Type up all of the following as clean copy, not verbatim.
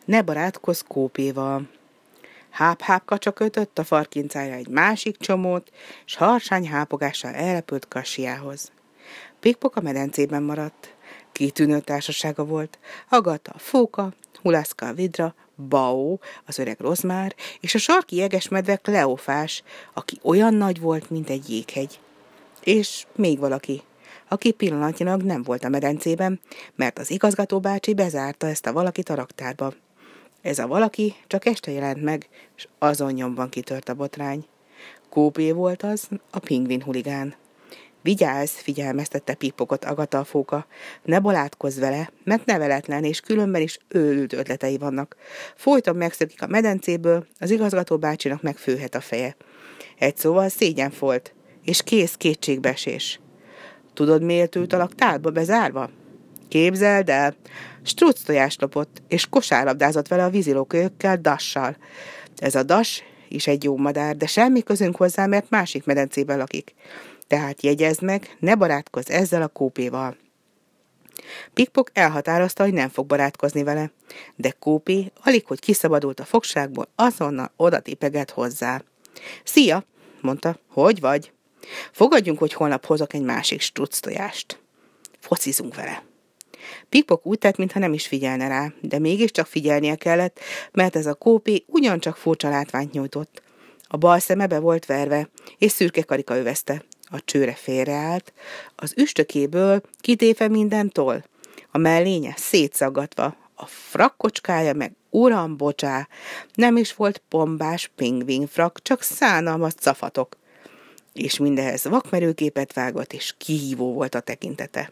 Ne barátkozz Kópéval. Háp-hápkacsa kötött a farkincára egy másik csomót, s harsány hápogással elrepült Kassiához. Pikpok a medencében maradt. Kitűnő társasága volt. Agata a Fóka, Hulaszka a Vidra, Bao, az öreg rozmár, és a sarki jegesmedve Kleofás, aki olyan nagy volt, mint egy jéghegy. És még valaki, aki pillanatnyilag nem volt a medencében, mert az igazgató bácsi bezárta ezt a valakit a raktárba. Ez a valaki csak este jelent meg, és azon nyomban kitört a botrány. Kópé volt az, a pingvin huligán. Vigyázz, figyelmeztette Pikpokot Agata a Fóka. Ne barátkozz vele, mert neveletlen, és különben is őrült ötletei vannak. Folyton megszökik a medencéből, az igazgató bácsinak megfőhet a feje. Egy szóval szégyenfolt, és kész kétségbeesés. Tudod, miért ült a laktárba bezárva? Képzeld el, struc tojást lopott, és kosárlabdázott vele a vízilókölyökkel, Dassal. Ez a Dass is egy jó madár, de semmi közünk hozzá, mert másik medencében lakik. Tehát jegyezd meg, ne barátkozz ezzel a Kópéval. Pikpok elhatározta, hogy nem fog barátkozni vele, de Kópé, alig hogy kiszabadult a fogságból, azonnal odatépegett hozzá. Szia, mondta, hogy vagy? Fogadjunk, hogy holnap hozok egy másik struc tojást. Focizunk vele. Pikpok úgy tett, mintha nem is figyelne rá, de mégiscsak figyelnie kellett, mert ez a Kópé ugyancsak furcsa látványt nyújtott. A bal szeme be volt verve, és szürke karika övezte. A csőre félreállt, az üstökéből kitépve minden toll, a mellénye szétszaggatva, a frakkocskája meg uram, bocsá, nem is volt pombás pingvinfrak, csak szánalmas cafatok. És mindehez vakmerőképet vágott, és kihívó volt a tekintete.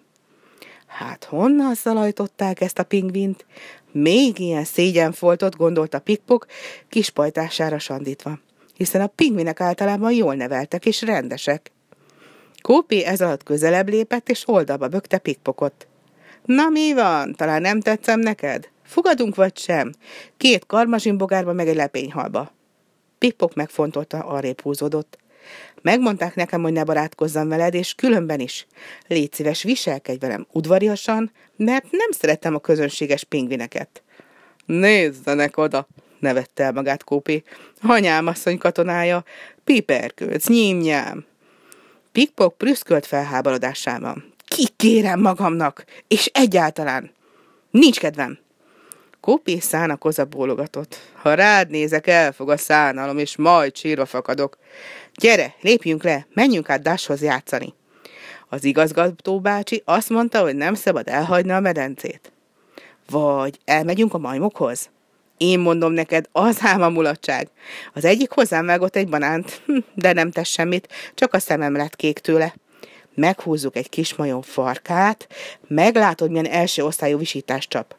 Hát honnan szalajtották ezt a pingvint? Még ilyen szégyenfoltot, gondolta Pikpok, kispajtására sandítva, hiszen a pingvinek általában jól neveltek és rendesek. Kópé ez alatt közelebb lépett, és oldalba bökte Pikpokot. Na mi van? Talán nem tetszem neked? Fogadunk vagy sem? 2 karmazsimbogárba meg egy lepényhalba. Pikpok megfontolta, arrébb húzódott. Megmondták nekem, hogy ne barátkozzam veled, és különben is. Légy szíves, viselkedj velem udvariasan, mert nem szeretem a közönséges pingvineket. Nézzenek oda, nevette el magát Kópé. Anyám asszony katonája, piperkőc, nyímnyám. Pikpok prüszkölt felháborodásában. Kikérem magamnak, és egyáltalán. Nincs kedvem. Kópé szánakozva bólogatott. Ha rád nézek, elfog a szánalom, és majd sírva fakadok. Gyere, lépjünk le, menjünk át Dashhoz játszani. Az igazgató bácsi azt mondta, hogy nem szabad elhagyni a medencét. Vagy elmegyünk a majmokhoz? Én mondom neked, az ám a mulatság. Az egyik hozzám vágott egy banánt, de nem tesz semmit, csak a szemem lett kék tőle. Meghúzzuk egy kis majom farkát, meglátod, milyen első osztályú visítást csap.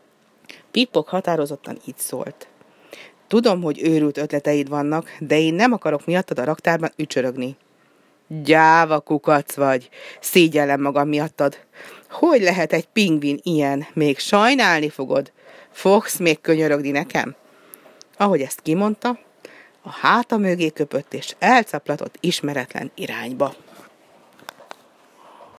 Pikpok határozottan így szólt. Tudom, hogy őrült ötleteid vannak, de én nem akarok miattad a raktárban ücsörögni. Gyáva kukac vagy, szégyellem magam miattad. Hogy lehet egy pingvin ilyen, még sajnálni fogod? Fogsz még könyörögni nekem? Ahogy ezt kimondta, a háta mögé köpött és elcaplatott ismeretlen irányba.